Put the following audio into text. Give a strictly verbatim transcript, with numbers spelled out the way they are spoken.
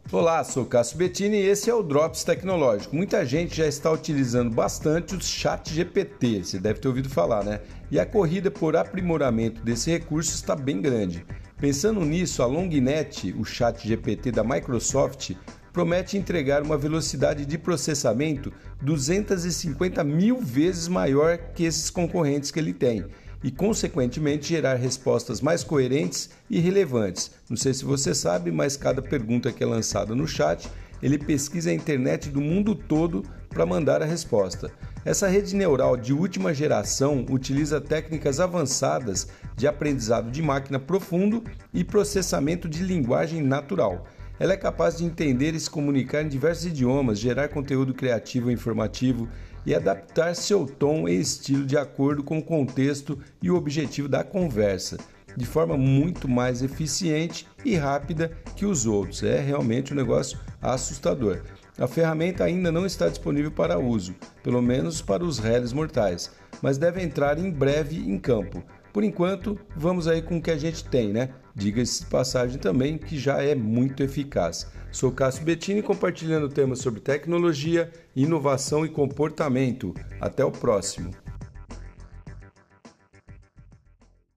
Olá, sou Cássio Bettini e esse é o Drops Tecnológico. Muita gente já está utilizando bastante o ChatGPT, você deve ter ouvido falar, né? E a corrida por aprimoramento desse recurso está bem grande. Pensando nisso, a Longnet, o ChatGPT da Microsoft, promete entregar uma velocidade de processamento duzentas e cinquenta mil vezes maior que esses concorrentes que ele tem e, consequentemente, gerar respostas mais coerentes e relevantes. Não sei se você sabe, mas cada pergunta que é lançada no chat, ele pesquisa a internet do mundo todo para mandar a resposta. Essa rede neural de última geração utiliza técnicas avançadas de aprendizado de máquina profundo e processamento de linguagem natural. Ela é capaz de entender e se comunicar em diversos idiomas, gerar conteúdo criativo e informativo e adaptar seu tom e estilo de acordo com o contexto e o objetivo da conversa, de forma muito mais eficiente e rápida que os outros. É realmente um negócio assustador. A ferramenta ainda não está disponível para uso, pelo menos para os réis mortais, mas deve entrar em breve em campo. Por enquanto, vamos aí com o que a gente tem, né? Diga-se de passagem também que já é muito eficaz. Sou Cássio Bettini compartilhando temas sobre tecnologia, inovação e comportamento. Até o próximo.